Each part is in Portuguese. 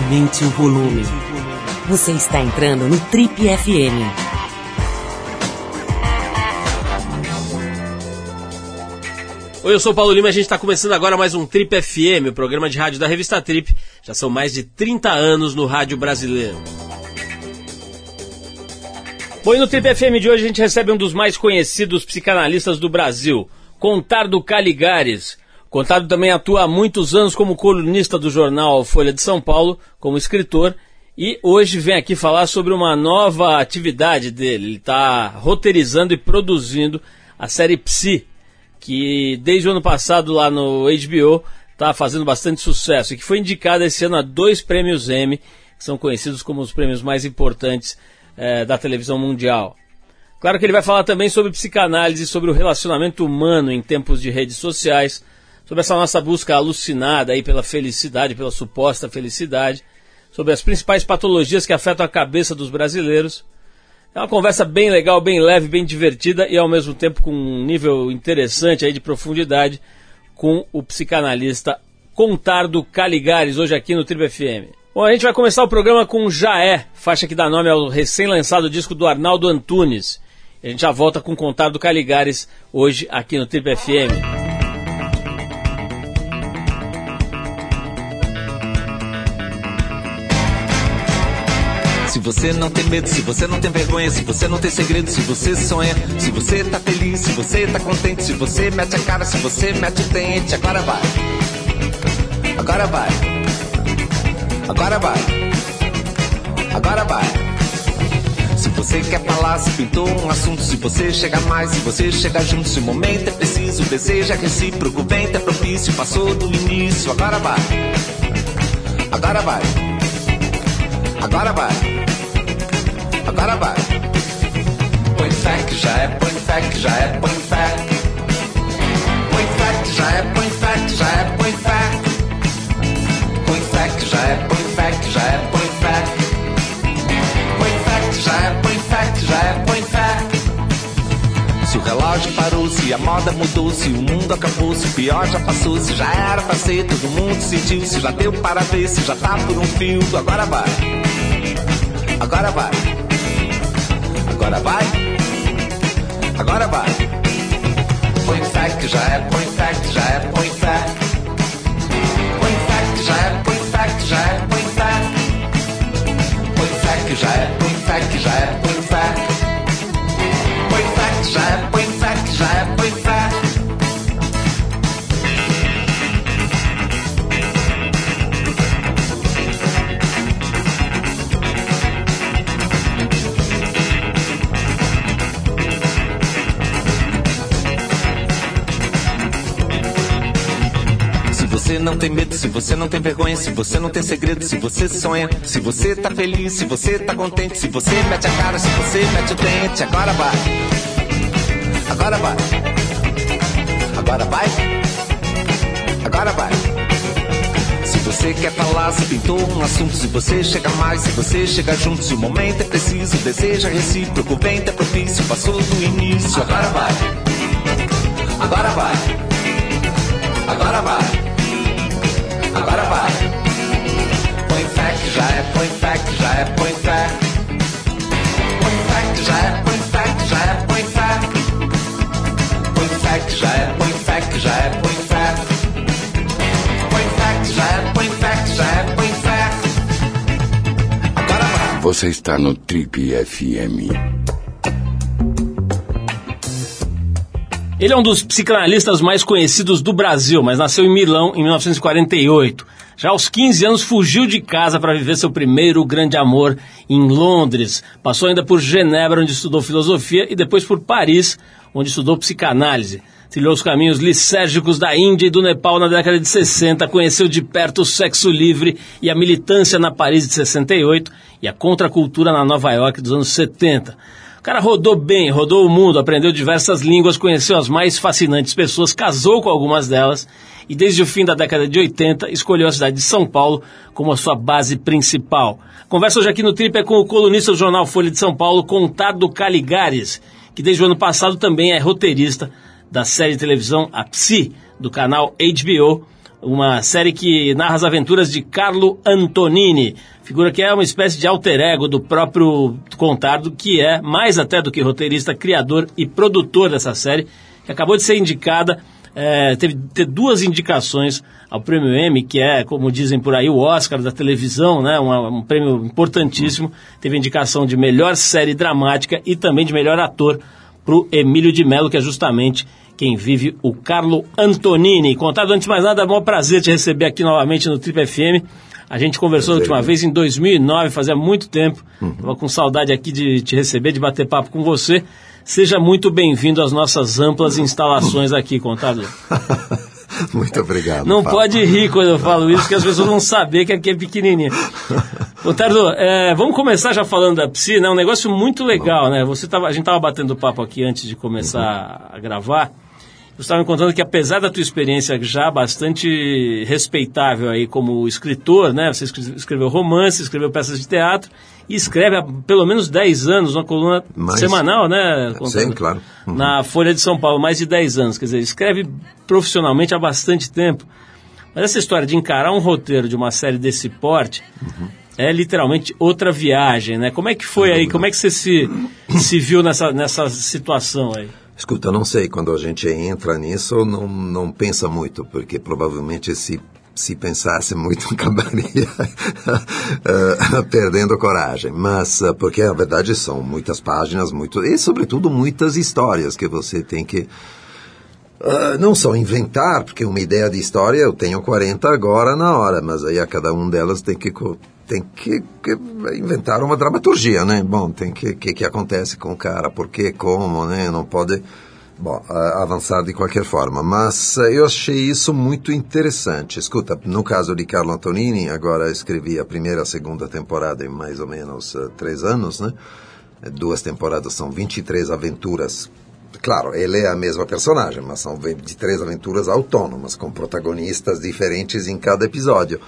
Aumente o volume. Você está entrando no Trip FM. Oi, eu sou o Paulo Lima e a gente está começando agora mais um Trip FM, o programa de rádio da revista Trip. Já são mais de 30 anos no rádio brasileiro. Bom, e no Trip FM de hoje a gente recebe um dos mais conhecidos psicanalistas do Brasil, Contardo Caligares. Contardo também atua há muitos anos como colunista do jornal Folha de São Paulo, como escritor, e hoje vem aqui falar sobre uma nova atividade dele. Ele está roteirizando e produzindo a série Psi, que desde o ano passado lá no HBO está fazendo bastante sucesso e que foi indicada esse ano a 2 prêmios Emmy, que são conhecidos como os prêmios mais importantes da televisão mundial. Claro que ele vai falar também sobre psicanálise, sobre o relacionamento humano em tempos de redes sociais, sobre essa nossa busca alucinada aí pela felicidade, pela suposta felicidade, sobre as principais patologias que afetam a cabeça dos brasileiros. É uma conversa bem legal, bem leve, bem divertida e ao mesmo tempo com um nível interessante aí de profundidade com o psicanalista Contardo Caligares, hoje aqui no Trip FM. Bom, a gente vai começar o programa com Já É, faixa que dá nome ao recém-lançado disco do Arnaldo Antunes. A gente já volta com Contardo Caligares hoje aqui no Trip FM. Se você não tem medo, se você não tem vergonha, se você não tem segredo, se você sonha, se você tá feliz, se você tá contente, se você mete a cara, se você mete o dente, agora vai. Agora vai. Agora vai. Agora vai. Se você quer falar, se pintou um assunto, se você chega mais, se você chega junto, se o momento é preciso, o desejo é recíproco, o vento é propício, passou do início, agora vai. Agora vai. Agora vai. Agora vai. Põe fé que já é, põe fé que já é, põe fé. Põe fé que já é, põe fé que já é, põe fé. Põe fé que já é, põe fé que já é, põe fé. Põe fé que já é, põe fé que já é, põe fé. Se o relógio parou, se a moda mudou, se o mundo acabou, se o pior já passou, se já era pra ser, todo mundo sentiu, se já deu para ver, se já tá por um fio, agora vai. Agora vai. Agora vai. Agora vai. Põe fé que já é, põe fé que já é, põe fé. Põe fé que já é, põe fé que já é, põe fé. Põe fé que já é, põe fé que já é, põe fé. Põe fé que já é, põe fé que já é, põe fé. Se você não tem medo, se você não tem vergonha, se você não tem segredo, se você sonha, se você tá feliz, se você tá contente, se você mete a cara, se você mete o dente, agora vai. Agora vai. Agora vai. Agora vai. Se você quer falar, se pintou um assunto, se você chega mais, se você chega junto, se o momento é preciso, o desejo é recíproco, o vento é propício, passou do início, agora vai. Agora vai. Agora vai. Agora vai. Põe fé que já é, põe fé que já é, põe fé. Põe fé que já é, põe fé que já é, põe fé. Põe fé que já é, põe fé que já é, põe fé. Põe fé que já é, põe fé que já é, põe fé. Agora vai. Você está no Trip FM. Ele é um dos psicanalistas mais conhecidos do Brasil, mas nasceu em Milão em 1948. Já aos 15 anos fugiu de casa para viver seu primeiro grande amor em Londres. Passou ainda por Genebra, onde estudou filosofia, e depois por Paris, onde estudou psicanálise. Trilhou os caminhos lisérgicos da Índia e do Nepal na década de 60, conheceu de perto o sexo livre e a militância na Paris de 68 e a contracultura na Nova York dos anos 70. O cara rodou bem, rodou o mundo, aprendeu diversas línguas, conheceu as mais fascinantes pessoas, casou com algumas delas e desde o fim da década de 80 escolheu a cidade de São Paulo como a sua base principal. A conversa hoje aqui no Trip é com o colunista do jornal Folha de São Paulo, Contardo Caligares, que desde o ano passado também é roteirista da série de televisão A Psi, do canal HBO, uma série que narra as aventuras de Carlo Antonini, figura que é uma espécie de alter ego do próprio Contardo, que é, mais até do que roteirista, criador e produtor dessa série, que acabou de ser indicada, teve 2 indicações ao Prêmio Emmy, que é, como dizem por aí, o Oscar da televisão, né? Um prêmio importantíssimo. Teve indicação de melhor série dramática e também de melhor ator para o Emílio de Mello, que é justamente quem vive o Carlo Antonini. Contardo, antes de mais nada, é um maior prazer te receber aqui novamente no Trip FM. A gente conversou a última vez em 2009, fazia muito tempo. Estava com saudade aqui de te receber, de bater papo com você. Seja muito bem-vindo às nossas amplas instalações aqui, Contardo. Muito obrigado. Não pode rir quando eu falo isso, porque as pessoas vão saber que aqui é pequenininho. Contardo, vamos começar já falando da Psi, né? Um negócio muito legal, né? A gente estava batendo papo aqui antes de começar a gravar. Você estava me contando que, apesar da tua experiência já bastante respeitável aí como escritor, né? Você escreveu romance, escreveu peças de teatro e escreve há pelo menos 10 anos uma coluna semanal, né? Sim, claro. Na Folha de São Paulo, mais de 10 anos. Quer dizer, escreve profissionalmente há bastante tempo. Mas essa história de encarar um roteiro de uma série desse porte é literalmente outra viagem, né? Como é que foi aí? Como é que você se viu nessa situação aí? Escuta, não sei, quando a gente entra nisso, não pensa muito, porque provavelmente se pensasse muito, acabaria perdendo coragem. Mas, porque na verdade são muitas páginas, e sobretudo muitas histórias que você tem que não só inventar, porque uma ideia de história eu tenho 40 agora na hora, mas aí a cada uma delas tem que inventar uma dramaturgia, né? Bom, que acontece com o cara, por quê, como, né? Não pode, avançar de qualquer forma. Mas eu achei isso muito interessante. Escuta, no caso de Carlo Antonini, agora escrevi a primeira e a segunda temporada em mais ou menos 3 anos, né? 2 temporadas são 23 aventuras. Claro, ele é a mesma personagem, mas são 23 aventuras autônomas, com protagonistas diferentes em cada episódio.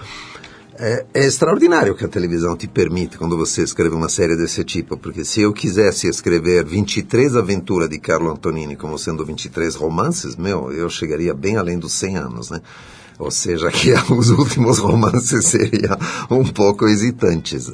É extraordinário que a televisão te permite quando você escreve uma série desse tipo, porque se eu quisesse escrever 23 aventuras de Carlo Antonini como sendo 23 romances, eu chegaria bem além dos 100 anos, né? Ou seja, que os últimos romances seriam um pouco hesitantes.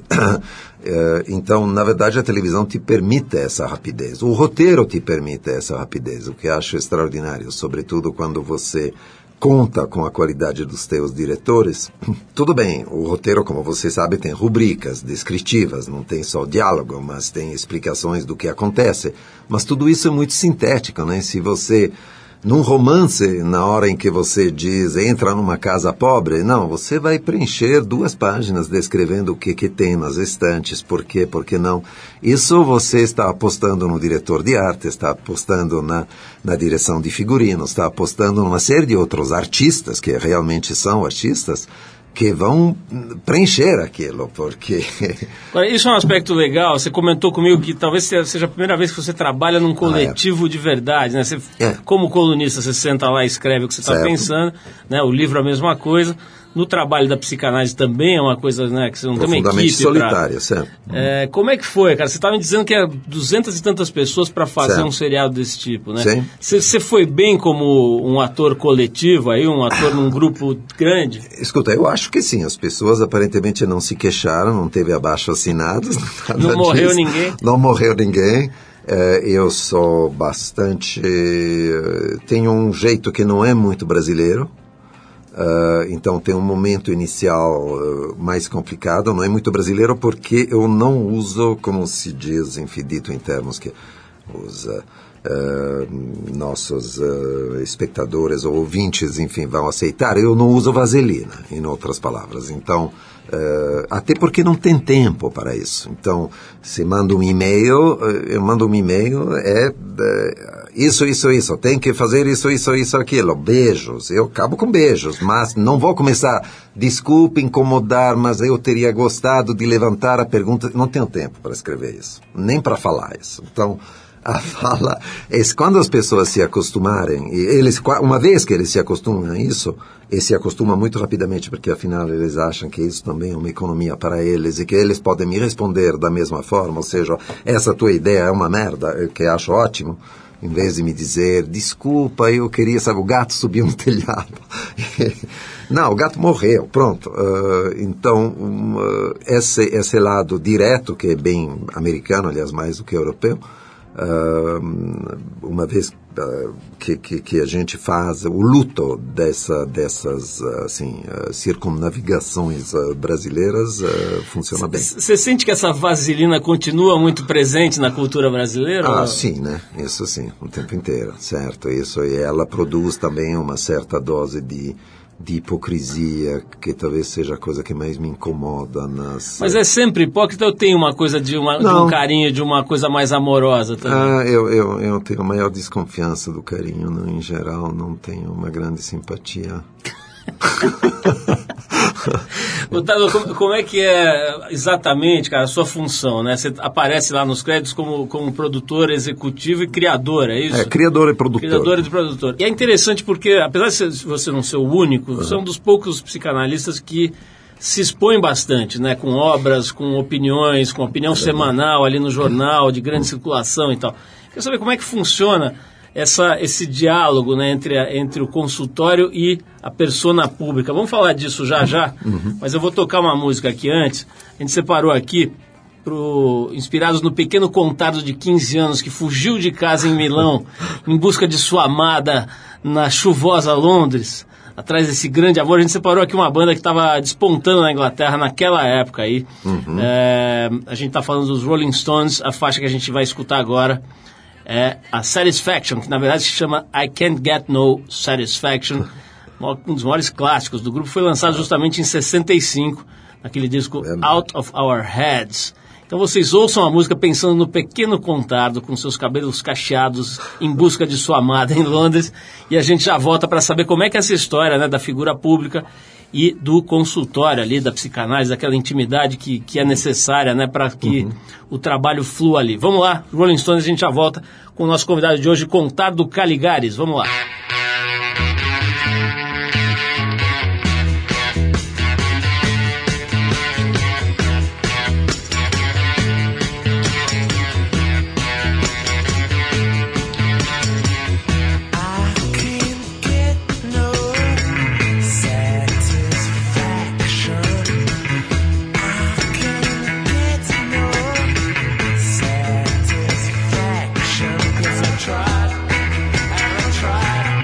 Então, na verdade, a televisão te permite essa rapidez. O roteiro te permite essa rapidez, o que acho extraordinário, sobretudo quando você conta com a qualidade dos teus diretores. Tudo bem, o roteiro, como você sabe, tem rubricas descritivas, não tem só diálogo, mas tem explicações do que acontece. Mas tudo isso é muito sintético, né? Se você, num romance, na hora em que você diz, entra numa casa pobre, não, você vai preencher 2 páginas descrevendo o que tem nas estantes, por quê, por que não. Isso você está apostando no diretor de arte, está apostando na direção de figurino, está apostando numa série de outros artistas, que realmente são artistas, que vão preencher aquilo, porque... Agora, isso é um aspecto legal. Você comentou comigo que talvez seja a primeira vez que você trabalha num coletivo de verdade, né? Você, como colunista, você senta lá e escreve o que você está pensando, né? O livro é a mesma coisa. No trabalho da psicanálise também é uma coisa, né, que você não tem uma equipe solitária, certo. Como é que foi, cara? Você estava me dizendo que é 200 e tantas pessoas para fazer um seriado desse tipo, né? Sim. Você foi bem como um ator coletivo aí, um ator num grupo grande? Escuta, eu acho que sim. As pessoas aparentemente não se queixaram, não teve abaixo-assinados. Não morreu ninguém? Não morreu ninguém. Eu sou bastante... tenho um jeito que não é muito brasileiro. Então tem um momento inicial mais complicado, não é muito brasileiro porque eu não uso, como se diz, enfim, dito em termos que os nossos espectadores ou ouvintes, enfim, vão aceitar, eu não uso vaselina, em outras palavras. Então, até porque não tem tempo para isso. Então, se manda um e-mail, eu mando um e-mail, isso, tem que fazer isso, aquilo, beijos, eu acabo com beijos, mas não vou começar, desculpe incomodar, mas eu teria gostado de levantar a pergunta, não tenho tempo para escrever isso, nem para falar isso. Então, a fala, quando as pessoas se acostumarem, e uma vez que eles se acostumam a isso, e se acostumam muito rapidamente, porque afinal eles acham que isso também é uma economia para eles, e que eles podem me responder da mesma forma, ou seja, essa tua ideia é uma merda, que eu acho ótimo, em vez de me dizer, desculpa, eu queria, sabe, o gato subiu no telhado. Não, o gato morreu, pronto. Então, esse lado direto, que é bem americano, aliás, mais do que europeu, uma vez que a gente faz o luto dessas assim, circunnavigações brasileiras, funciona bem. Você sente que essa vaselina continua muito presente na cultura brasileira? Sim, né? Isso sim, o tempo inteiro, certo. Isso, e ela produz também uma certa dose de hipocrisia, que talvez seja a coisa que mais me incomoda nas... Mas é sempre hipócrita ou tem uma coisa de um carinho, de uma coisa mais amorosa também? Eu tenho maior desconfiança do carinho, né? Em geral, não tenho uma grande simpatia. Otávio, como é que é exatamente, cara, a sua função, né? Você aparece lá nos créditos como produtor executivo e criador, é isso? Criador e produtor. Criador e produtor. E é interessante porque, apesar de você não ser o único, você é um dos poucos psicanalistas que se expõe bastante, né? Com obras, com opiniões, com opinião semanal ali no jornal, de grande circulação e tal. Quero saber como é que funciona esse diálogo, né, entre o consultório e a persona pública. Vamos falar disso já, mas eu vou tocar uma música aqui antes. A gente separou aqui, inspirados no pequeno Contardo de 15 anos que fugiu de casa em Milão em busca de sua amada na chuvosa Londres, atrás desse grande amor. A gente separou aqui uma banda que estava despontando na Inglaterra naquela época aí. A gente está falando dos Rolling Stones. A faixa que a gente vai escutar agora é a Satisfaction, que na verdade se chama I Can't Get No Satisfaction, um dos maiores clássicos do grupo. Foi lançado justamente em 65, naquele disco Out of Our Heads. Então vocês ouçam a música pensando no pequeno Contardo com seus cabelos cacheados em busca de sua amada em Londres, e a gente já volta para saber como é que é essa história, né, da figura pública e do consultório ali, da psicanálise, daquela intimidade que é necessária, né, para que o trabalho flua ali. Vamos lá, Rolling Stones, a gente já volta com o nosso convidado de hoje, Contardo Caligares. Vamos lá. Tried, and I tried.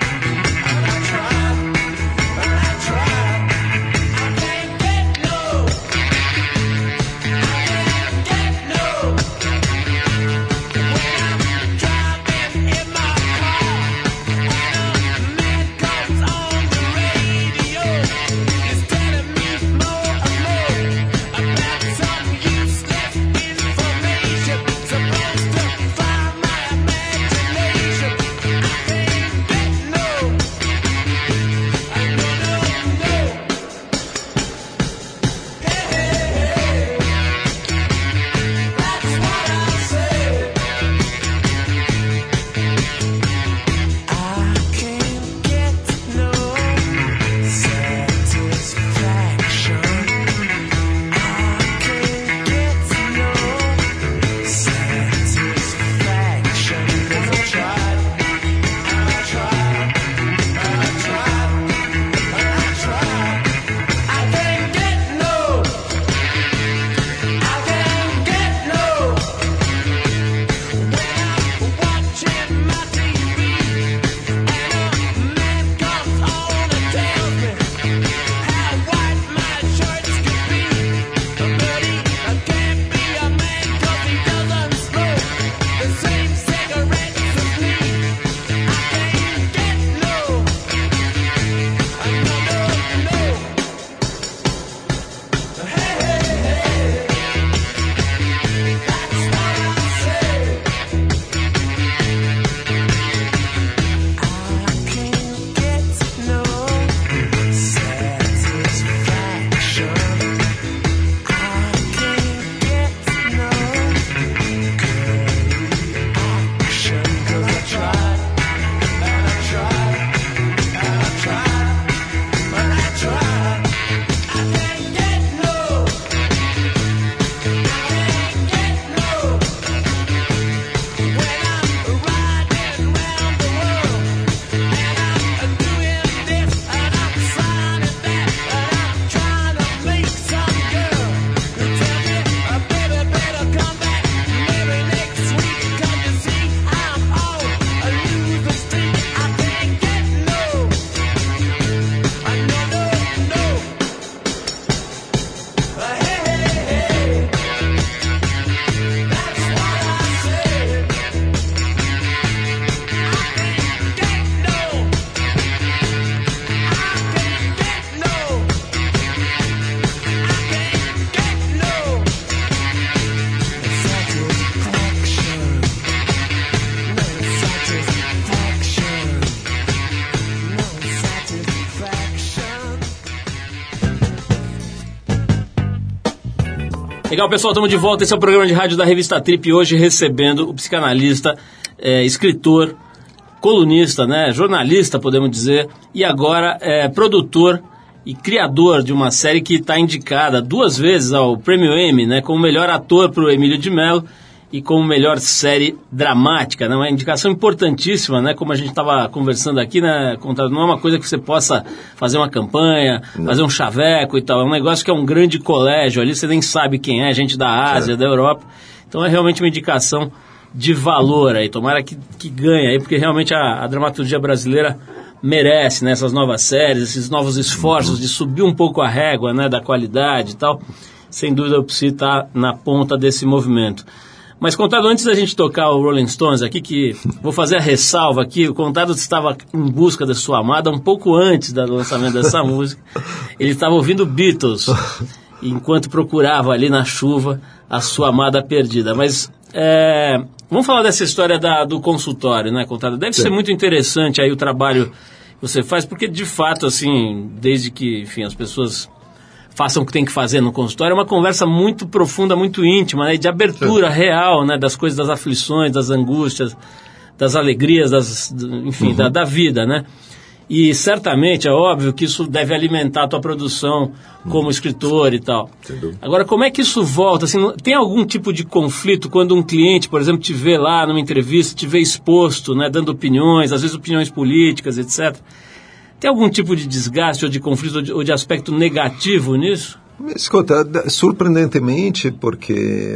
Legal, pessoal, estamos de volta. Esse é o programa de rádio da Revista Trip. Hoje recebendo o psicanalista, escritor, colunista, né, jornalista, podemos dizer, e agora produtor e criador de uma série que está indicada 2 vezes ao Prêmio Emmy, né, como melhor ator para o Emílio de Mello e como melhor série dramática, né, uma indicação importantíssima, né, como a gente estava conversando aqui, né, não é uma coisa que você possa fazer uma campanha, fazer um chaveco e tal, é um negócio que é um grande colégio ali, você nem sabe quem é, gente da Ásia, da Europa, então é realmente uma indicação de valor aí, tomara que ganhe aí, porque realmente a dramaturgia brasileira merece, né, essas novas séries, esses novos esforços de subir um pouco a régua, né, da qualidade e tal. Sem dúvida o Psi está na ponta desse movimento. Mas, Contado, antes da gente tocar o Rolling Stones aqui, que vou fazer a ressalva aqui, o Contado estava em busca da sua amada um pouco antes do lançamento dessa música. Ele estava ouvindo Beatles, enquanto procurava ali na chuva a sua amada perdida. Mas vamos falar dessa história do consultório, né, Contado? Deve ser muito interessante aí o trabalho que você faz, porque de fato, assim, desde que, enfim, as pessoas façam o que tem que fazer no consultório, é uma conversa muito profunda, muito íntima, né, de abertura real, né, das coisas, das aflições, das angústias, das alegrias, enfim, da vida, né? E certamente é óbvio que isso deve alimentar a tua produção como escritor e tal. Agora, como é que isso volta? Assim, tem algum tipo de conflito quando um cliente, por exemplo, te vê lá numa entrevista, te vê exposto, né, dando opiniões, às vezes opiniões políticas, etc. Tem algum tipo de desgaste ou de conflito ou de aspecto negativo nisso? Escuta, surpreendentemente, porque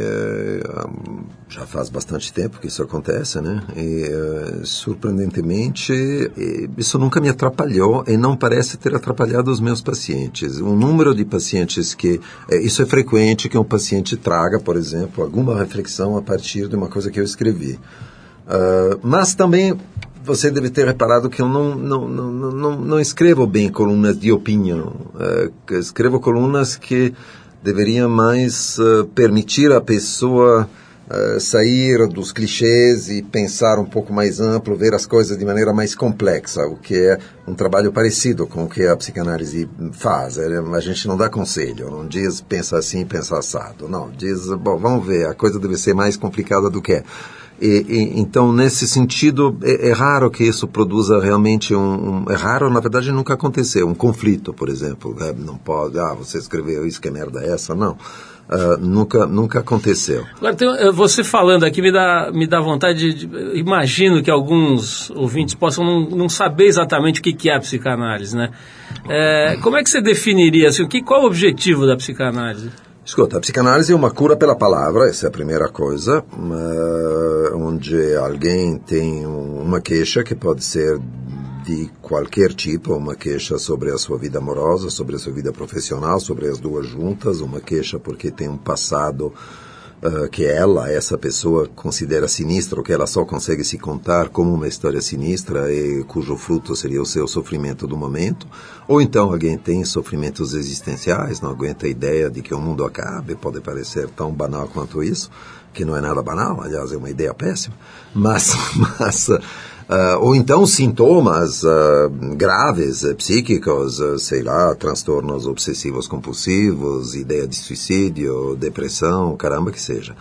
já faz bastante tempo que isso acontece, né? E, surpreendentemente, isso nunca me atrapalhou e não parece ter atrapalhado os meus pacientes. O número de pacientes que... isso é frequente que um paciente traga, por exemplo, alguma reflexão a partir de uma coisa que eu escrevi. Mas também... Você deve ter reparado que eu não escrevo bem colunas de opinião. Escrevo colunas que deveriam mais permitir à pessoa sair dos clichês e pensar um pouco mais amplo, ver as coisas de maneira mais complexa, o que é um trabalho parecido com o que a psicanálise faz. A gente não dá conselho, não diz pensa assim, pensa assado. Não, diz, bom, vamos ver, a coisa deve ser mais complicada do que é. Então, nesse sentido, é raro que isso produza realmente é raro, na verdade, nunca aconteceu. Um conflito, por exemplo. Não pode, você escreveu isso, que merda é essa? Não. Nunca aconteceu. Agora, você falando aqui me dá vontade imagino que alguns ouvintes possam não saber exatamente o que é a psicanálise, né? Como é que você definiria, assim, qual é o objetivo da psicanálise? Escuta, a psicanálise é uma cura pela palavra, essa é a primeira coisa, onde alguém tem uma queixa que pode ser de qualquer tipo, uma queixa sobre a sua vida amorosa, sobre a sua vida profissional, sobre as duas juntas, uma queixa porque tem um passado que essa pessoa considera sinistro, que ela só consegue se contar como uma história sinistra e cujo fruto seria o seu sofrimento do momento, ou então alguém tem sofrimentos existenciais, não aguenta a ideia de que o mundo acabe, pode parecer tão banal quanto isso, que não é nada banal, aliás é uma ideia péssima, mas ou então sintomas graves, psíquicos, sei lá, transtornos obsessivos compulsivos, ideia de suicídio, depressão, caramba que seja.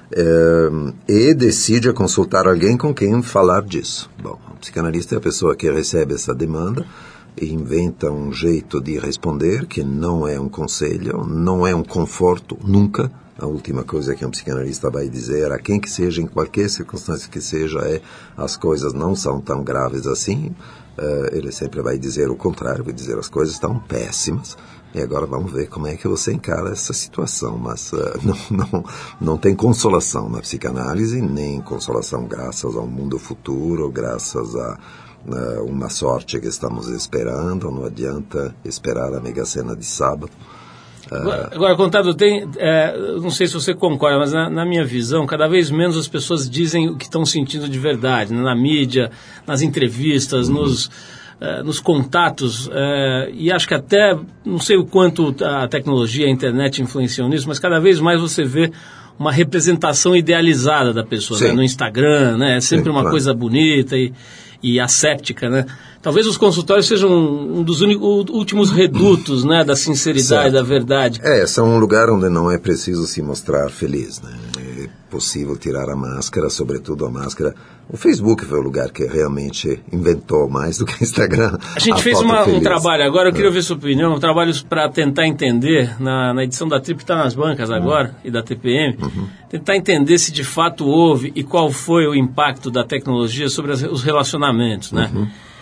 E decide consultar alguém com quem falar disso. Bom, o psicanalista é a pessoa que recebe essa demanda e inventa um jeito de responder que não é um conselho, não é um conforto, nunca. A última coisa que um psicanalista vai dizer a quem que seja, em qualquer circunstância que seja, as coisas não são tão graves assim. Ele sempre vai dizer o contrário, vai dizer as coisas estão péssimas. E agora vamos ver como é que você encara essa situação. Mas não tem consolação na psicanálise, nem consolação graças ao mundo futuro, graças a uma sorte que estamos esperando. Não adianta esperar a Mega Sena de sábado. Agora, Contado, não sei se você concorda, mas na minha visão, cada vez menos as pessoas dizem o que estão sentindo de verdade, né? Na mídia, nas entrevistas, nos contatos, e acho que até, não sei o quanto a tecnologia, a internet influenciam nisso, mas cada vez mais você vê uma representação idealizada da pessoa, né? No Instagram, né? É sempre uma coisa bonita e asséptica, né? Talvez os consultórios sejam um dos últimos redutos, né, da sinceridade, certo, da verdade. São um lugar onde não é preciso se mostrar feliz, né? É possível tirar a máscara, sobretudo a máscara. O Facebook foi o lugar que realmente inventou mais do que o Instagram. A gente fez um trabalho agora, eu queria ouvir sua opinião, um trabalho para tentar entender, na edição da Trip está nas bancas agora, e da TPM, tentar entender se de fato houve e qual foi o impacto da tecnologia sobre os relacionamentos, né?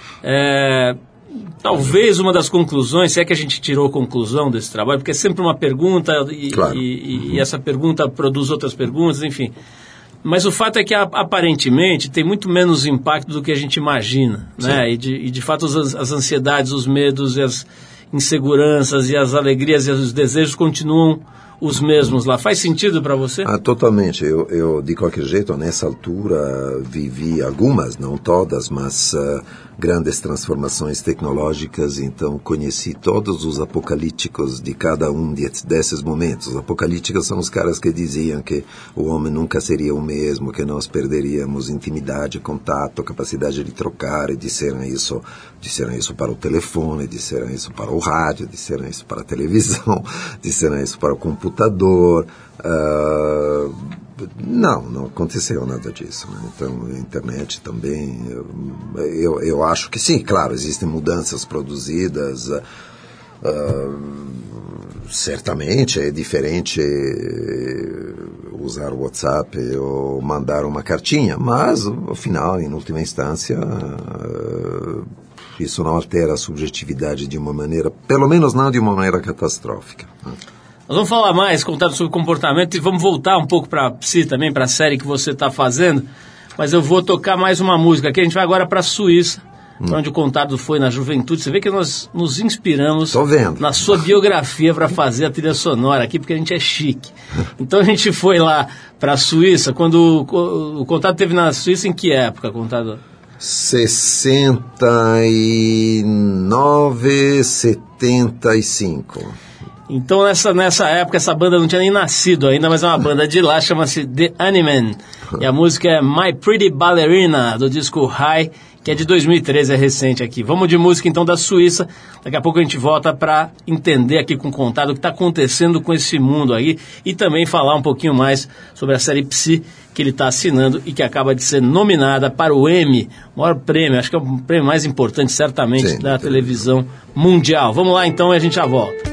Talvez uma das conclusões, se é que a gente tirou conclusão desse trabalho, porque é sempre uma pergunta e essa pergunta produz outras perguntas, enfim. Mas o fato é que aparentemente tem muito menos impacto do que a gente imagina, né? E de fato as ansiedades, os medos e as inseguranças e as alegrias e os desejos continuam os mesmos lá. Faz sentido para você? Totalmente. Eu, de qualquer jeito, nessa altura, vivi algumas, não todas, mas grandes transformações tecnológicas, então conheci todos os apocalípticos de cada um desses momentos. Os apocalípticos são os caras que diziam que o homem nunca seria o mesmo, que nós perderíamos intimidade, contato, capacidade de trocar, e disseram isso para o telefone, disseram isso para o rádio, disseram isso para a televisão, disseram isso para o computador. Não aconteceu nada disso, né? Então, a internet também, eu acho que sim, claro, existem mudanças produzidas, certamente é diferente usar o WhatsApp ou mandar uma cartinha, mas, ao final, em última instância, isso não altera a subjetividade de uma maneira, pelo menos não de uma maneira catastrófica, né? Nós vamos falar mais, contar sobre comportamento e vamos voltar um pouco para a Psi também, para a série que você está fazendo, mas eu vou tocar mais uma música aqui. A gente vai agora para a Suíça, onde o Contardo foi na juventude. Você vê que nós nos inspiramos na sua biografia para fazer a trilha sonora aqui, porque a gente é chique. Então a gente foi lá para a Suíça, quando o Contardo esteve na Suíça, em que época, Contardo? 69, 75. Então, nessa época, essa banda não tinha nem nascido ainda, mas é uma banda de lá, chama-se The Animan. E a música é My Pretty Ballerina, do disco High, que é de 2013, é recente aqui. Vamos de música, então, da Suíça. Daqui a pouco a gente volta para entender aqui com o Contardo o que está acontecendo com esse mundo aí e também falar um pouquinho mais sobre a série Psi que ele está assinando e que acaba de ser nominada para o Emmy, o maior prêmio, acho que é o prêmio mais importante, certamente, da televisão mundial. Vamos lá, então, e a gente já volta.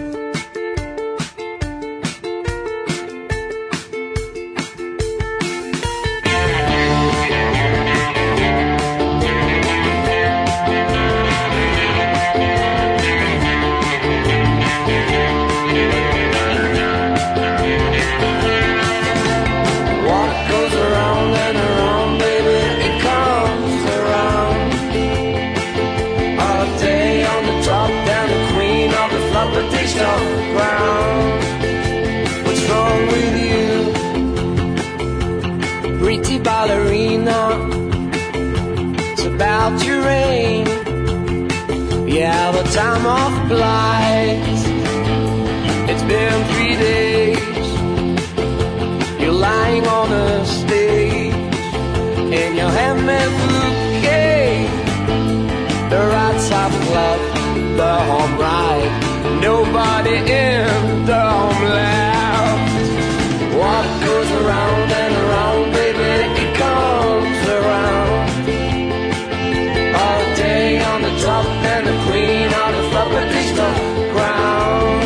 Time of flight. It's been 3 days. You're lying on a stage in your handmade bouquet. The rats have left the home right. Nobody in the home left. What goes around and around, baby, it comes around. All day on the top and the queen on the flop of the ground.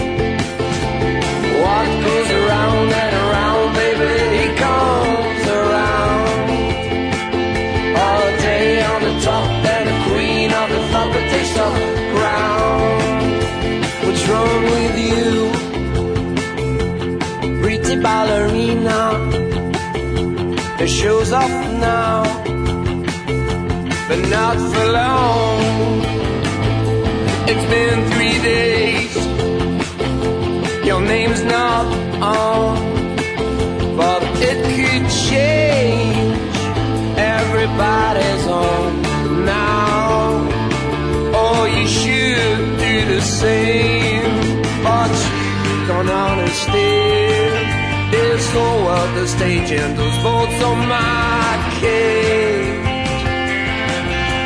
What goes around and around, baby, it comes around. All day on the top and the queen on the flop of the ground. What's wrong with you, pretty ballerina? The show's off now, but not for long. It's been 3 days. Your name's not on, but it could change. Everybody's on now. Oh, you should do the same, but you don't understand. This whole world, the stage, and those bolts on my cage.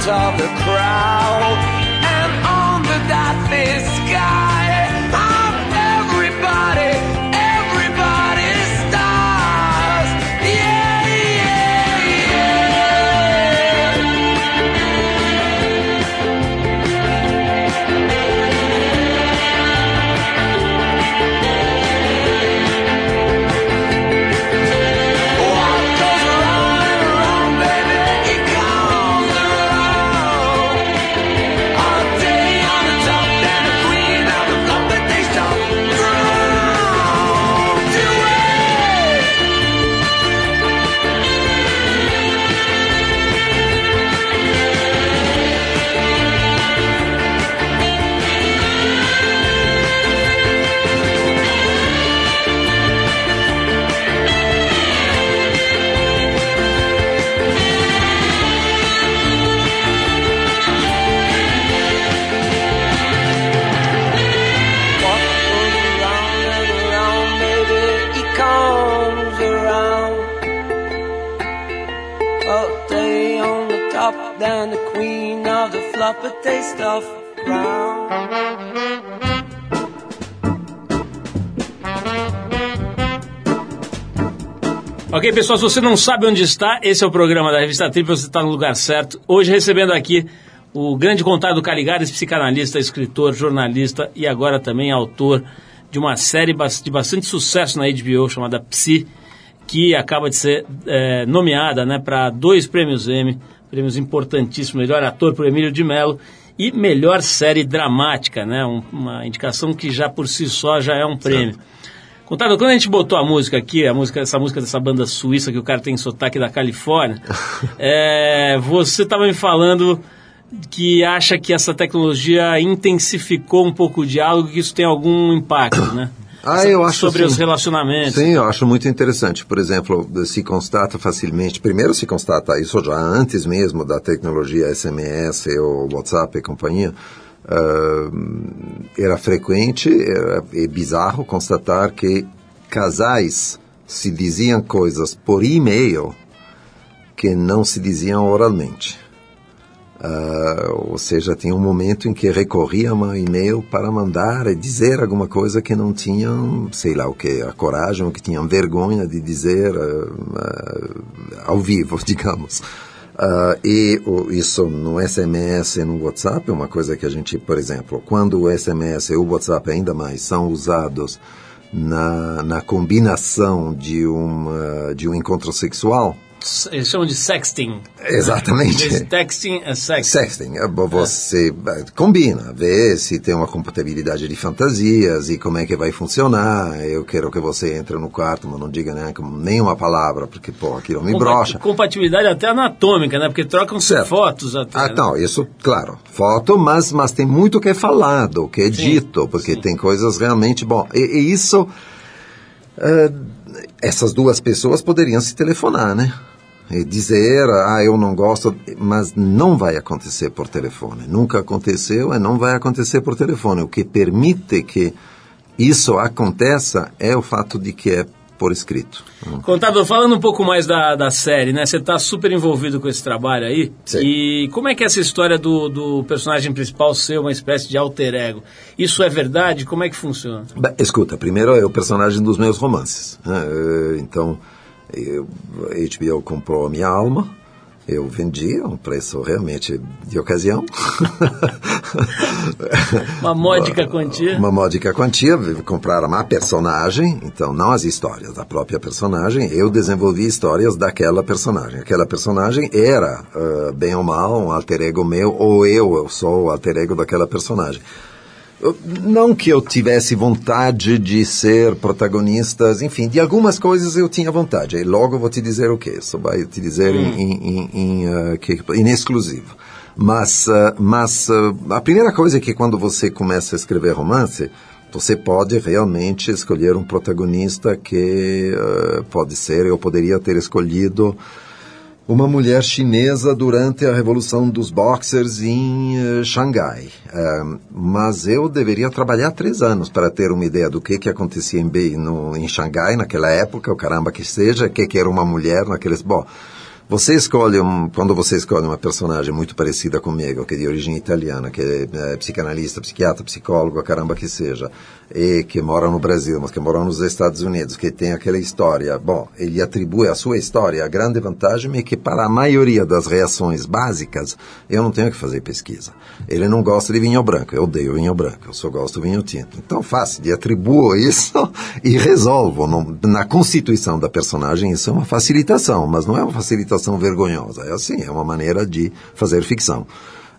center of the crowd, and on the daffy sky of everybody, everybody's stars. Yeah, yeah, yeah. What goes around and around, baby, it comes around. All day on the top, then the queen of the flop, but they stop round to it. What goes around and around, baby, it comes around. All day on the top, then the queen of the flop, but they stuff round. Ok, pessoal, se você não sabe onde está, esse é o programa da Revista Trip, você está no lugar certo. Hoje recebendo aqui o grande Contardo Caligares, psicanalista, escritor, jornalista e agora também autor de uma série de bastante sucesso na HBO chamada Psi, que acaba de ser nomeada, né, para 2 prêmios Emmy, prêmios importantíssimos, melhor ator por Emílio de Mello e melhor série dramática, né, uma indicação que já por si só já é um prêmio. Contardo, quando a gente botou a música aqui, essa música dessa banda suíça que o cara tem sotaque da Califórnia, você estava me falando que acha que essa tecnologia intensificou um pouco o diálogo, que isso tem algum impacto, né? Eu acho sobre sim. os relacionamentos. Sim, eu acho muito interessante. Por exemplo, se constata facilmente, primeiro se constata isso já antes mesmo da tecnologia SMS ou WhatsApp e companhia, era frequente, é bizarro constatar que casais se diziam coisas por e-mail que não se diziam oralmente. Ou seja, tinha um momento em que recorriam ao e-mail para mandar e dizer alguma coisa que não tinham, sei lá o que, a coragem, ou que tinham vergonha de dizer ao vivo, digamos. Isso no SMS e no WhatsApp é uma coisa que a gente, por exemplo, quando o SMS e o WhatsApp ainda mais são usados na combinação de um encontro sexual. Eles chamam de sexting. Exatamente. Texting é sexting. Sexting. Você combina, vê se tem uma compatibilidade de fantasias e como é que vai funcionar. Eu quero que você entre no quarto, mas não diga nenhuma palavra, porque, aquilo me brocha. Compatibilidade até anatômica, né? Porque trocam-se fotos até. Não, isso, claro, foto, mas tem muito que é falado, que é dito, porque tem coisas realmente... E isso... essas duas pessoas poderiam se telefonar, né? E dizer, eu não gosto, mas não vai acontecer por telefone. Nunca aconteceu e não vai acontecer por telefone. O que permite que isso aconteça é o fato de que é por escrito. Contador, falando um pouco mais da série, né? Você está super envolvido com esse trabalho aí. Sim. E como é que é essa história do personagem principal ser uma espécie de alter ego? Isso é verdade? Como é que funciona? Escuta, primeiro é o personagem dos meus romances. Então, HBO comprou a minha alma, eu vendi a um preço realmente de ocasião. Uma módica quantia? Uma módica quantia, compraram a personagem, então não as histórias, a própria personagem. Eu desenvolvi histórias daquela personagem. Aquela personagem era, bem ou mal, um alter ego meu, ou eu sou o alter ego daquela personagem. Não que eu tivesse vontade de ser protagonista, enfim, de algumas coisas eu tinha vontade. E logo vou te dizer o quê? Só vai te dizer em exclusivo. Mas a primeira coisa é que quando você começa a escrever romance, você pode realmente escolher um protagonista que pode ser, eu poderia ter escolhido uma mulher chinesa durante a Revolução dos Boxers em Xangai. Mas eu deveria trabalhar 3 anos para ter uma ideia do que acontecia em Xangai naquela época, o caramba que seja, que era uma mulher naqueles... Quando você escolhe uma personagem muito parecida comigo, que é de origem italiana, que é psicanalista, psiquiatra, psicólogo, caramba que seja, e que mora no Brasil, mas que mora nos Estados Unidos, que tem aquela história, bom, ele atribui à sua história a grande vantagem é que para a maioria das reações básicas, eu não tenho que fazer pesquisa. Ele não gosta de vinho branco, eu odeio vinho branco, eu só gosto de vinho tinto. Então, fácil, de atribuo isso e resolvo. Na constituição da personagem, isso é uma facilitação, mas não é uma facilitação vergonhosa, é assim, é uma maneira de fazer ficção.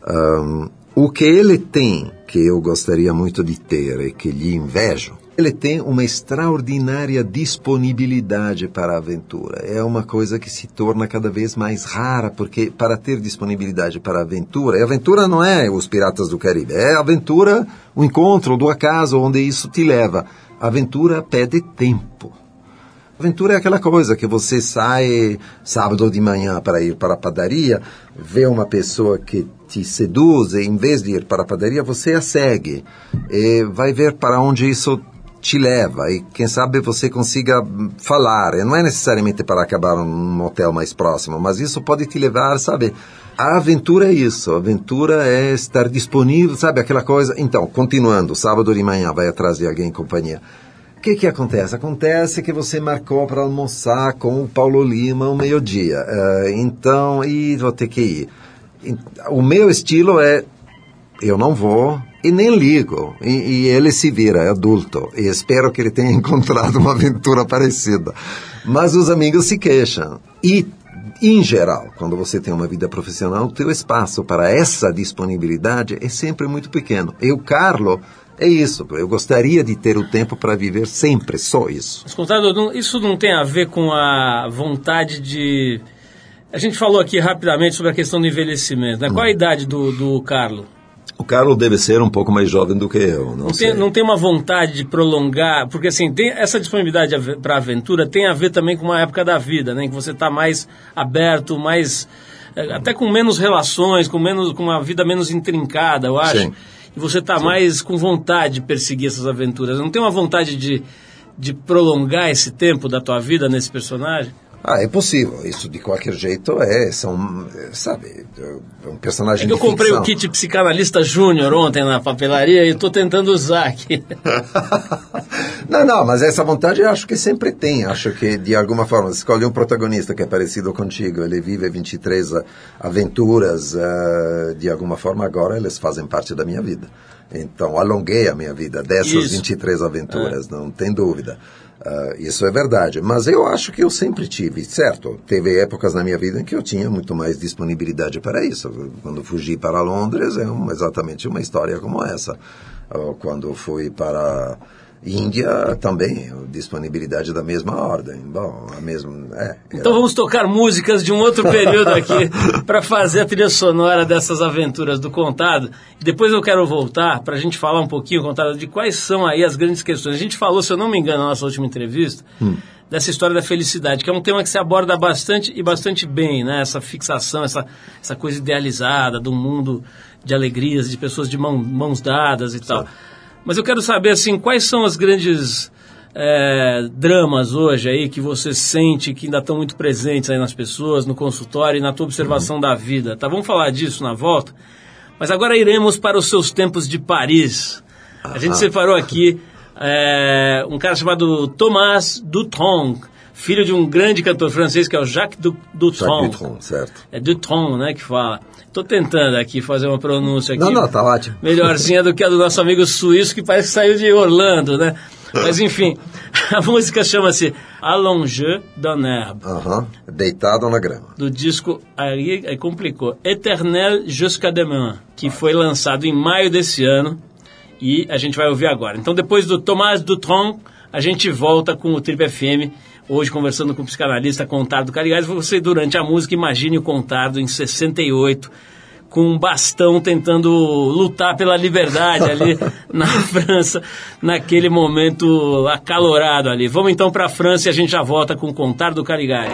O que ele tem, que eu gostaria muito de ter e que lhe invejo, ele tem uma extraordinária disponibilidade para a aventura. É uma coisa que se torna cada vez mais rara, porque para ter disponibilidade para a aventura, e a aventura não é os Piratas do Caribe, é a aventura, o encontro do acaso, onde isso te leva. A aventura pede tempo. Aventura é aquela coisa que você sai sábado de manhã para ir para a padaria, vê uma pessoa que te seduz e em vez de ir para a padaria, você a segue. E vai ver para onde isso te leva e quem sabe você consiga falar. E não é necessariamente para acabar num hotel mais próximo, mas isso pode te levar, sabe? A aventura é isso, a aventura é estar disponível, sabe? Aquela coisa. Então, continuando, sábado de manhã vai atrás de alguém em companhia. O que acontece? Acontece que você marcou para almoçar com o Paulo Lima ao meio-dia. Então, vou ter que ir. O meu estilo é, eu não vou e nem ligo. E ele se vira, é adulto. E espero que ele tenha encontrado uma aventura parecida. Mas os amigos se queixam. E, em geral, quando você tem uma vida profissional, o teu espaço para essa disponibilidade é sempre muito pequeno. E o Carlo... é isso, eu gostaria de ter o tempo para viver sempre, só isso. Mas, Contardo, isso não tem a ver com a vontade de... A gente falou aqui rapidamente sobre a questão do envelhecimento, né? Qual a idade do Carlo? O Carlo deve ser um pouco mais jovem do que eu, não tem uma vontade de prolongar, porque assim, essa disponibilidade para a aventura tem a ver também com uma época da vida, né? Em que você está mais aberto, mais... até com menos relações, com uma vida menos intrincada, eu acho. Sim. E você está mais com vontade de perseguir essas aventuras. Não tem uma vontade de prolongar esse tempo da tua vida nesse personagem? É possível. Isso, de qualquer jeito, sabe, é um personagem de ficção. Eu comprei ficção. O kit Psicanalista Júnior ontem na papelaria e estou tentando usar aqui. Não, mas essa vontade eu acho que sempre tem. Acho que, de alguma forma, você escolhe um protagonista que é parecido contigo, ele vive 23 aventuras, de alguma forma agora eles fazem parte da minha vida. Então, alonguei a minha vida dessas 23 aventuras, não tem dúvida. Isso é verdade, mas eu acho que eu sempre tive, certo? Teve épocas na minha vida em que eu tinha muito mais disponibilidade para isso. Quando fugi para Londres é exatamente uma história como essa. Quando fui para Índia também, disponibilidade da mesma ordem. Bom, a mesma... Então vamos tocar músicas de um outro período aqui para fazer a trilha sonora dessas aventuras do Contado. E depois eu quero voltar para a gente falar um pouquinho, Contado, de quais são aí as grandes questões. A gente falou, se eu não me engano, na nossa última entrevista, dessa história da felicidade, que é um tema que se aborda bastante bem, né? Essa fixação, essa coisa idealizada de um mundo de alegrias, de pessoas de mãos dadas e tal. Mas eu quero saber, assim, quais são as grandes dramas hoje aí que você sente que ainda estão muito presentes aí nas pessoas, no consultório e na tua observação da vida, tá? Vamos falar disso na volta, mas agora iremos para os seus tempos de Paris. A gente separou aqui um cara chamado Thomas Dutronc, filho de um grande cantor francês que é o Jacques Dutronc. Jacques Dutronc, certo. É Dutronc, né, que fala. Estou tentando aqui fazer uma pronúncia aqui. Não, tá ótimo. Melhorzinha do que a do nosso amigo suíço, que parece que saiu de Orlando, né? Mas enfim, a música chama-se Allongé dans l'herbe. Deitado na grama. Do disco, aí complicou, Éternel jusqu'à demain, que foi lançado em maio desse ano e a gente vai ouvir agora. Então depois do Thomas Dutronc, a gente volta com o Trip FM, hoje conversando com o psicanalista Contardo Caligares. Você, durante a música, imagine o Contardo em 68, com um bastão tentando lutar pela liberdade ali na França, naquele momento acalorado ali. Vamos então para a França e a gente já volta com o Contardo Caligares.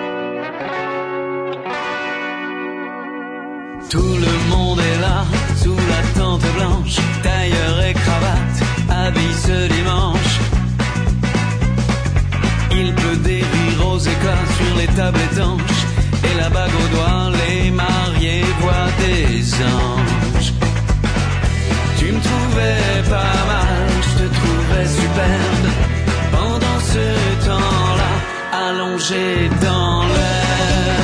Tout le monde est là, sous la tente blanche, tailleur et cravate, habille ce dimanche. Il pleut des rires aux éclats sur les tables étanches, et la allongé dans l'air.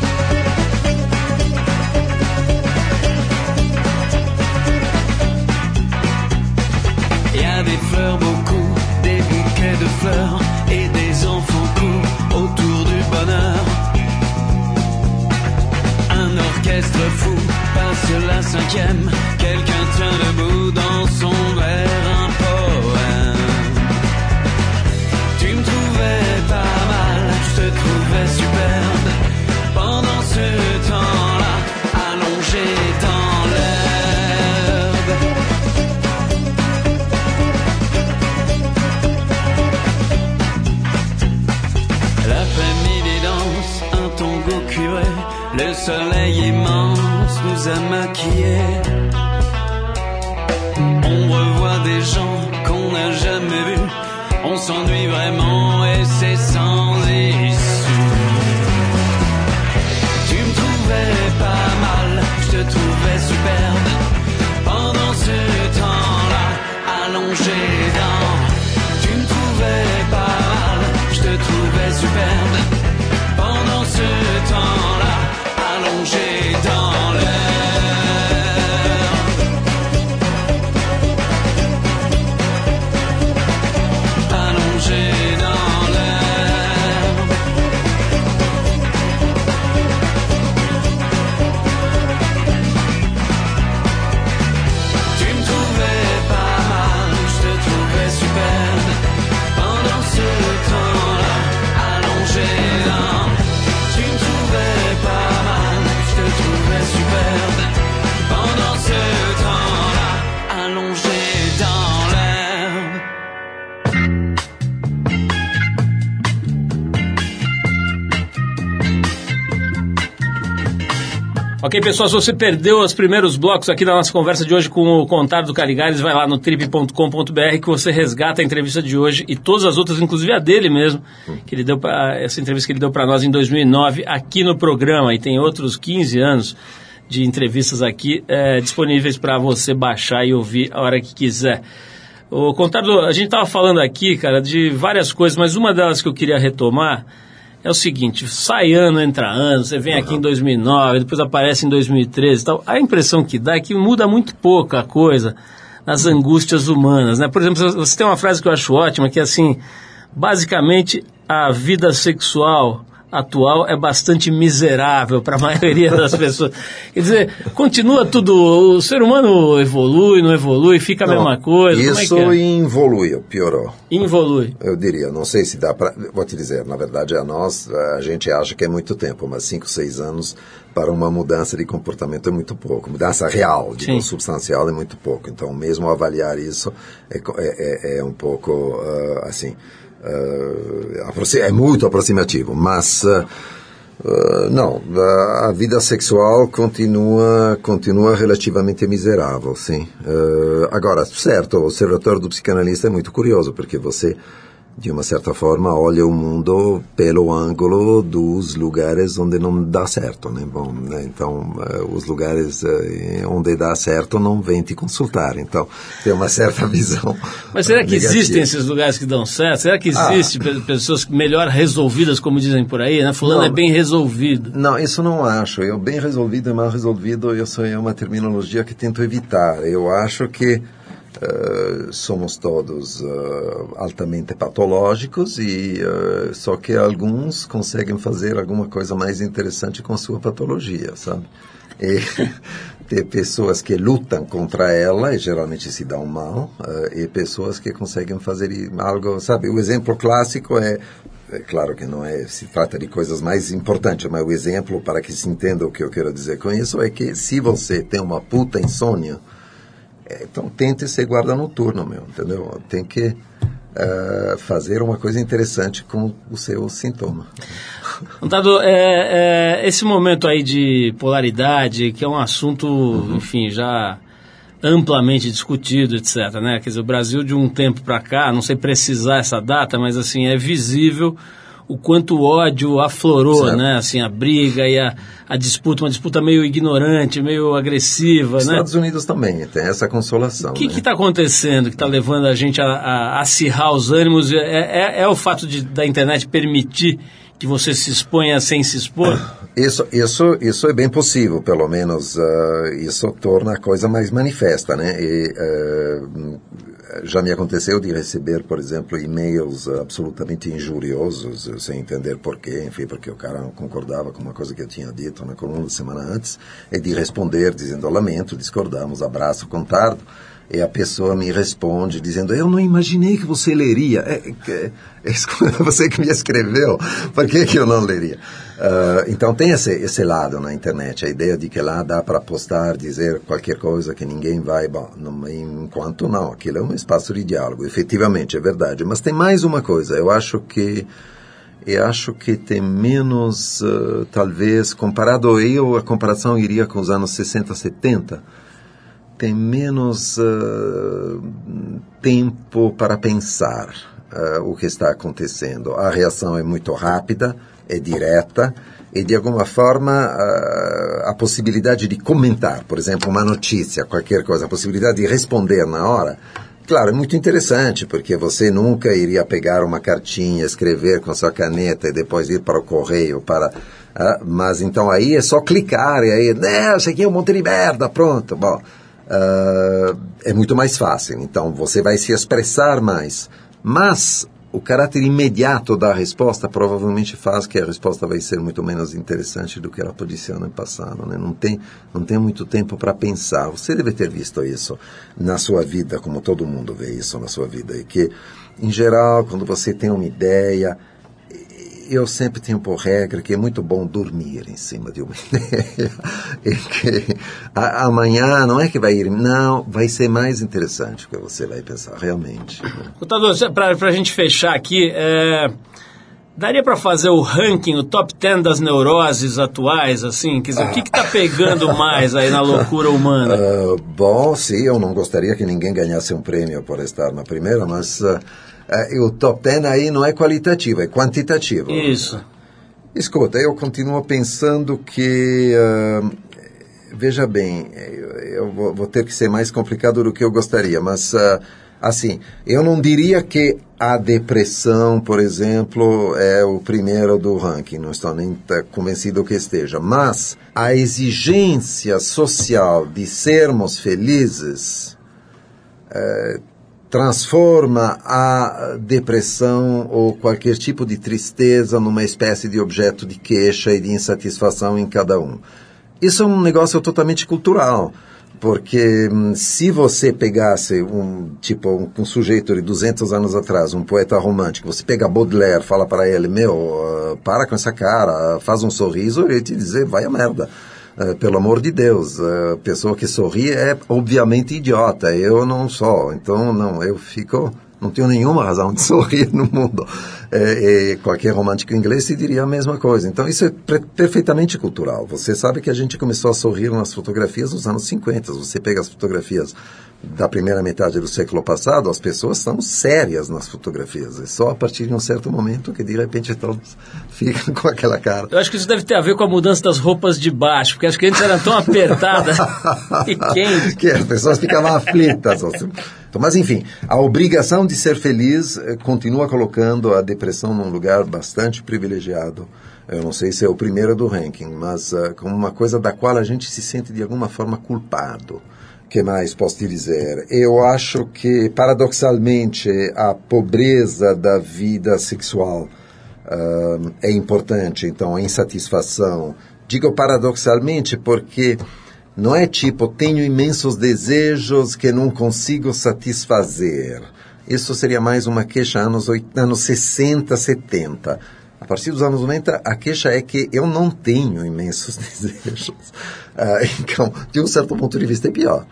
Il y a des fleurs, beaucoup, des bouquets de fleurs et des enfants courent autour du bonheur. Un orchestre fou passe la 5e, quelqu'un tient debout dans son verre un poème. Tu me trouvais pas mal, je te trouvais superbe, pendant ce temps-là, allongé dans l'herbe. L'après-midi danse, un tango cuiré, le soleil immense nous a maquillés. On revoit des gens qu'on n'a jamais vus, on s'ennuie vraiment et c'est sans issue. Tu me trouvais pas mal, je te trouvais superbe, pendant ce temps-là, allongé dans. Tu me trouvais pas mal, je te trouvais superbe, pendant ce temps-là, allongé dans l'air. Allongé dans l'air. Tu me trouvais pas mal, je te trouvais superbe, pendant ce temps-là, allongé dans. Tu me trouvais pas mal, je te trouvais superbe, pendant ce temps-là, allongé dans l'herbe. Ok, pessoal, se você perdeu os primeiros blocos aqui da nossa conversa de hoje com o Contar do Caligares, vai lá no trip.com.br que você resgata a entrevista de hoje e todas as outras, inclusive a dele mesmo, que ele deu essa entrevista que ele deu para nós em 2009 aqui no programa, e tem outros 15 anos de entrevistas aqui disponíveis para você baixar e ouvir a hora que quiser. O Contardo, a gente estava falando aqui, cara, de várias coisas, mas uma delas que eu queria retomar é o seguinte: sai ano, entra ano, você vem aqui em 2009, depois aparece em 2013 e tal. A impressão que dá é que muda muito pouco a coisa nas angústias humanas, né? Por exemplo, você tem uma frase que eu acho ótima, que é assim: basicamente a vida sexual atual é bastante miserável para a maioria das pessoas. Quer dizer, continua tudo, o ser humano evolui, não evolui, fica a mesma coisa. Isso como é que é? involuiu, piorou. Involui. Eu diria, não sei se dá para... Vou te dizer, na verdade, a gente acha que é muito tempo, mas 5, 6 anos para uma mudança de comportamento é muito pouco. Mudança real, digo, substancial é muito pouco. Então, mesmo avaliar isso é um pouco, assim... é muito aproximativo, mas não, a vida sexual continua relativamente miserável, sim. Agora, certo, o observatório do psicanalista é muito curioso, porque você, de uma certa forma, olha o mundo pelo ângulo dos lugares onde não dá certo, né? Bom, né? Então, os lugares onde dá certo não vêm te consultar, então tem uma certa visão. Mas será que negativa. existem esses lugares que dão certo? Será que existem pessoas melhor resolvidas, como dizem por aí, né? Fulano é bem resolvido. Não, isso não acho. Eu bem resolvido e mal resolvido, isso é uma terminologia que tento evitar. Eu acho que somos todos altamente patológicos e só que alguns conseguem fazer alguma coisa mais interessante com sua patologia, sabe? E tem pessoas que lutam contra ela e geralmente se dão mal, e pessoas que conseguem fazer algo, sabe? O exemplo clássico é claro que não se trata de coisas mais importantes, mas o exemplo, para que se entenda o que eu quero dizer com isso, é que se você tem uma puta insônia, então tente ser guarda noturno, entendeu? Tem que fazer uma coisa interessante com o seu sintoma. Contado, esse momento aí de polaridade, que é um assunto, enfim, já amplamente discutido, etc., né? Quer dizer, o Brasil de um tempo para cá, não sei precisar essa data, mas assim, é visível o quanto o ódio aflorou, certo, né? Assim, a briga e a disputa, uma disputa meio ignorante, meio agressiva, né? Estados Unidos também tem essa consolação. O que está acontecendo que está levando a gente a acirrar os ânimos? É o fato da internet permitir que você se exponha sem se expor? Isso é bem possível, pelo menos isso torna a coisa mais manifesta, né? Já me aconteceu de receber, por exemplo, e-mails absolutamente injuriosos, sem entender porquê, enfim, porque o cara não concordava com uma coisa que eu tinha dito na coluna da semana antes, e de responder dizendo: lamento, discordamos, abraço, Contardo. E a pessoa me responde dizendo: eu não imaginei que você leria. Você que me escreveu, por que eu não leria? Então tem esse lado na internet, a ideia de que lá dá para postar, dizer qualquer coisa que ninguém vai... Bom, enquanto não, aquilo é um espaço de diálogo, efetivamente, é verdade. Mas tem mais uma coisa, eu acho que tem menos, talvez, a comparação iria com os anos 60, 70, tem menos tempo para pensar o que está acontecendo. A reação é muito rápida, é direta, e de alguma forma a possibilidade de comentar, por exemplo, uma notícia, qualquer coisa, a possibilidade de responder na hora, claro, é muito interessante, porque você nunca iria pegar uma cartinha, escrever com sua caneta e depois ir para o correio mas então aí é só clicar e aí, isso aqui é um monte de merda, pronto, bom. É muito mais fácil, então você vai se expressar mais, mas o caráter imediato da resposta provavelmente faz que a resposta vai ser muito menos interessante do que ela podia ser no passado, né? Não tem muito tempo para pensar. Você deve ter visto isso na sua vida, como todo mundo vê isso na sua vida, e que, em geral, quando você tem uma ideia, eu sempre tenho por regra que é muito bom dormir em cima de uma ideia. E que amanhã não é que vai ir... Não, vai ser mais interessante o que você vai pensar, realmente. Contador, para a gente fechar aqui, daria para fazer o ranking, o top 10 das neuroses atuais, assim? Quer dizer, o que está pegando mais aí na loucura humana? Bom, sim, eu não gostaria que ninguém ganhasse um prêmio por estar na primeira, mas... o top 10 aí não é qualitativo, é quantitativo. Isso. Escuta, eu continuo pensando que... veja bem, eu vou ter que ser mais complicado do que eu gostaria, mas, assim, eu não diria que a depressão, por exemplo, é o primeiro do ranking, não estou nem convencido que esteja, mas a exigência social de sermos felizes... transforma a depressão ou qualquer tipo de tristeza numa espécie de objeto de queixa e de insatisfação em cada um. Isso é um negócio totalmente cultural, porque se você pegasse um sujeito de 200 anos atrás, um poeta romântico, você pega Baudelaire, fala para ele, para com essa cara, faz um sorriso, ele te dizer, vai a merda. Pelo amor de Deus, a pessoa que sorri é obviamente idiota, eu não sou, então não tenho nenhuma razão de sorrir no mundo. Qualquer romântico inglês se diria a mesma coisa, então isso é perfeitamente cultural. Você sabe que a gente começou a sorrir nas fotografias nos anos 50, você pega as fotografias da primeira metade do século passado, as pessoas são sérias nas fotografias. É só a partir de um certo momento que, de repente, todos ficam com aquela cara. Eu acho que isso deve ter a ver com a mudança das roupas de baixo, porque acho que antes eram tão apertadas e quentes. Que as pessoas ficavam aflitas. Mas, enfim, a obrigação de ser feliz continua colocando a depressão num lugar bastante privilegiado. Eu não sei se é o primeiro do ranking, mas como uma coisa da qual a gente se sente, de alguma forma, culpado. O que mais posso te dizer? Eu acho que, paradoxalmente, a pobreza da vida sexual é importante. Então, a insatisfação. Digo paradoxalmente porque não é tipo, tenho imensos desejos que não consigo satisfazer. Isso seria mais uma queixa anos 60, 70. A partir dos anos 90, a queixa é que eu não tenho imensos desejos. Então, de um certo ponto de vista, é pior.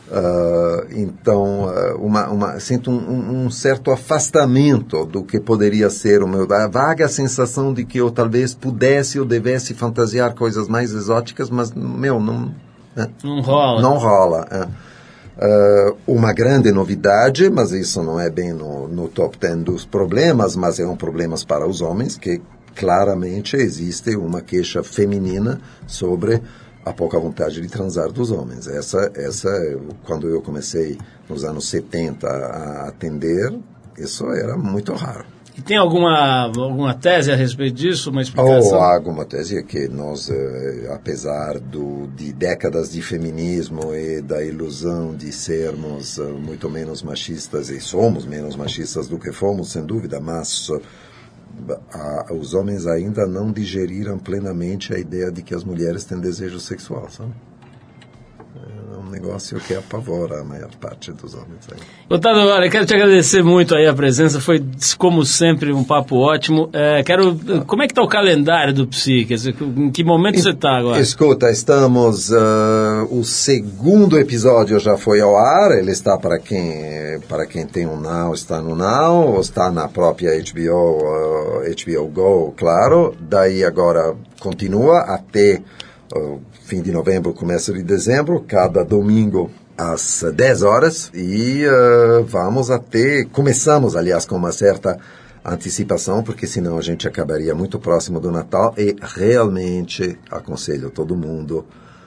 Sinto um certo afastamento do que poderia ser a vaga sensação de que eu talvez pudesse ou devesse fantasiar coisas mais exóticas, mas, não rola. Não rola. Uma grande novidade, mas isso não é bem no top 10 dos problemas, mas é um problema para os homens, que claramente existe uma queixa feminina sobre a pouca vontade de transar dos homens. Essa quando eu comecei nos anos 70 a atender, isso era muito raro. E tem alguma tese a respeito disso, uma explicação? Há alguma tese que nós, apesar de décadas de feminismo e da ilusão de sermos muito menos machistas, e somos menos machistas do que fomos, sem dúvida, mas os homens ainda não digeriram plenamente a ideia de que as mulheres têm desejo sexual, sabe? É um negócio que apavora a maior parte dos homens. Otávio, olha, quero te agradecer muito aí a presença, foi como sempre um papo ótimo. Como é que está o calendário do Psi? Quer dizer, em que momento você está agora? Escuta, estamos, o segundo episódio já foi ao ar, ele está para quem tem um Now, está no Now, ou está na própria HBO Go, claro, daí agora continua até fim de novembro, começo de dezembro, cada domingo às 10 horas e começamos, aliás, com uma certa antecipação, porque senão a gente acabaria muito próximo do Natal e realmente aconselho todo mundo,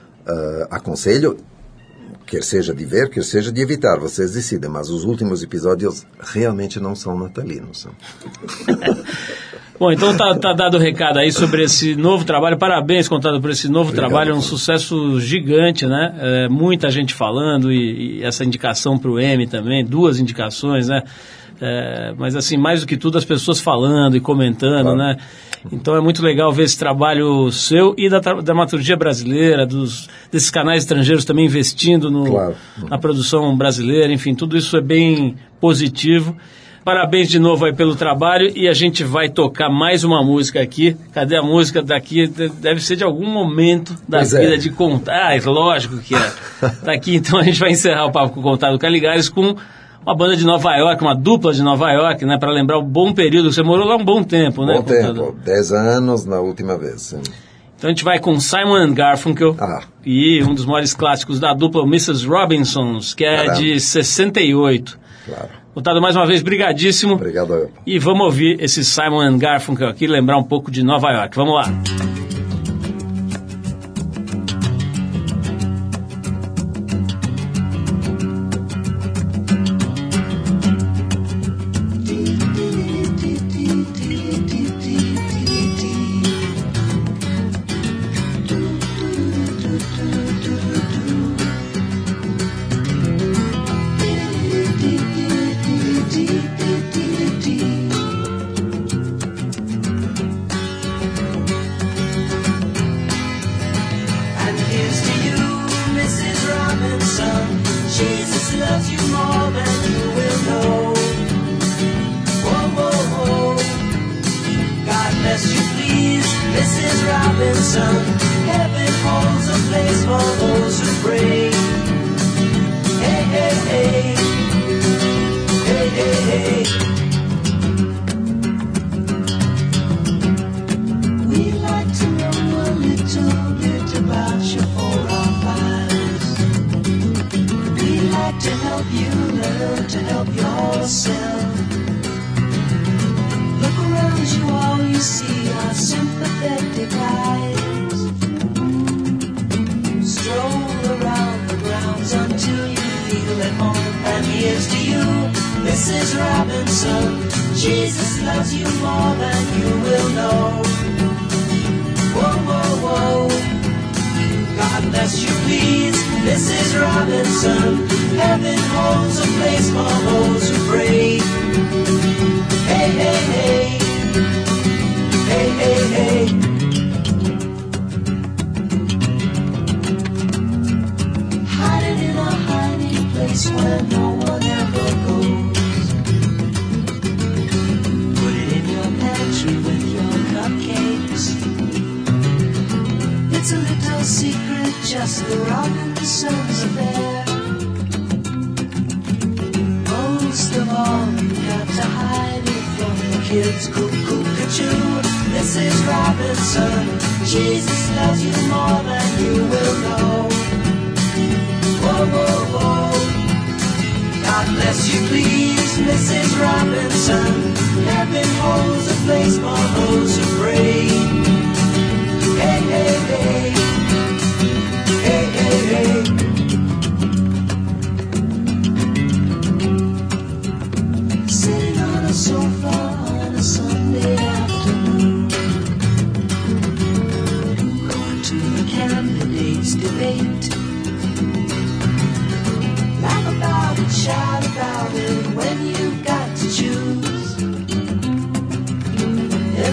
quer seja de ver, quer seja de evitar, vocês decidem, mas os últimos episódios realmente não são natalinos. Bom, então tá dado o recado aí sobre esse novo trabalho. Parabéns, Contado, por esse novo trabalho. É um sucesso gigante, né? Muita gente falando e essa indicação para o Emmy também, 2 indicações, né? Mas assim, mais do que tudo, as pessoas falando e comentando, claro, né? Então é muito legal ver esse trabalho seu e da dramaturgia brasileira, desses canais estrangeiros também investindo claro, na produção brasileira. Enfim, tudo isso é bem positivo. Parabéns de novo aí pelo trabalho e a gente vai tocar mais uma música aqui. Cadê a música daqui? Deve ser de algum momento da vida de Contar. Lógico que é. Daqui então a gente vai encerrar o papo com o Contado Caligares com uma banda de Nova York, uma dupla de Nova York, né? Para lembrar o bom período. Você morou lá um bom tempo, né? Bom tempo, 10 anos na última vez. Sim. Então a gente vai com Simon & Garfunkel e um dos maiores clássicos da dupla, o Mrs. Robinsons, que é de 68. Claro. Otávio, mais uma vez, brigadíssimo. Obrigado. E vamos ouvir esse Simon & Garfunkel aqui, lembrar um pouco de Nova York. Vamos lá.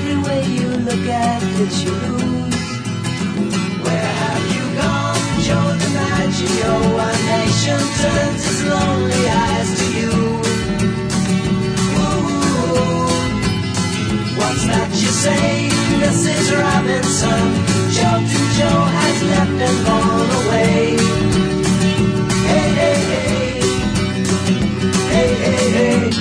every way you look at it, you lose. Where have you gone, Joe DiMaggio? Our nation turns its lonely eyes to you. Ooh, what's that you say, Mrs. Robinson? Joe to Joe has left and gone away. Hey, hey, hey. Hey, hey, hey.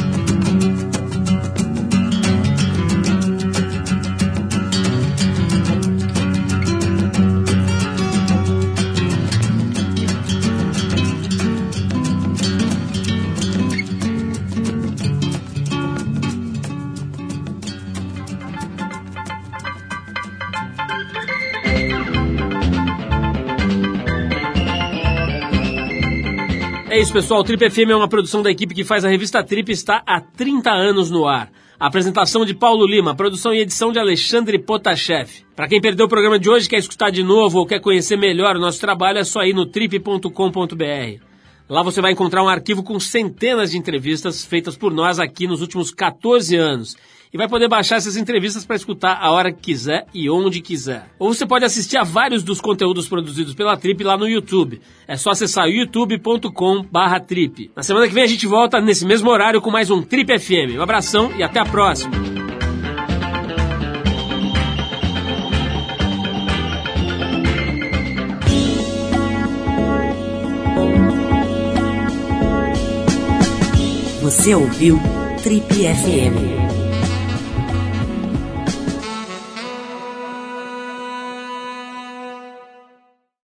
É isso, pessoal. O Trip FM é uma produção da equipe que faz a revista Trip e está há 30 anos no ar. A apresentação de Paulo Lima, produção e edição de Alexandre Potashev. Para quem perdeu o programa de hoje, quer escutar de novo ou quer conhecer melhor o nosso trabalho, é só ir no trip.com.br. Lá você vai encontrar um arquivo com centenas de entrevistas feitas por nós aqui nos últimos 14 anos. E vai poder baixar essas entrevistas para escutar a hora que quiser e onde quiser. Ou você pode assistir a vários dos conteúdos produzidos pela Trip lá no YouTube. É só acessar youtube.com/trip. Na semana que vem a gente volta nesse mesmo horário com mais um Trip FM. Um abração e até a próxima. Você ouviu Trip FM.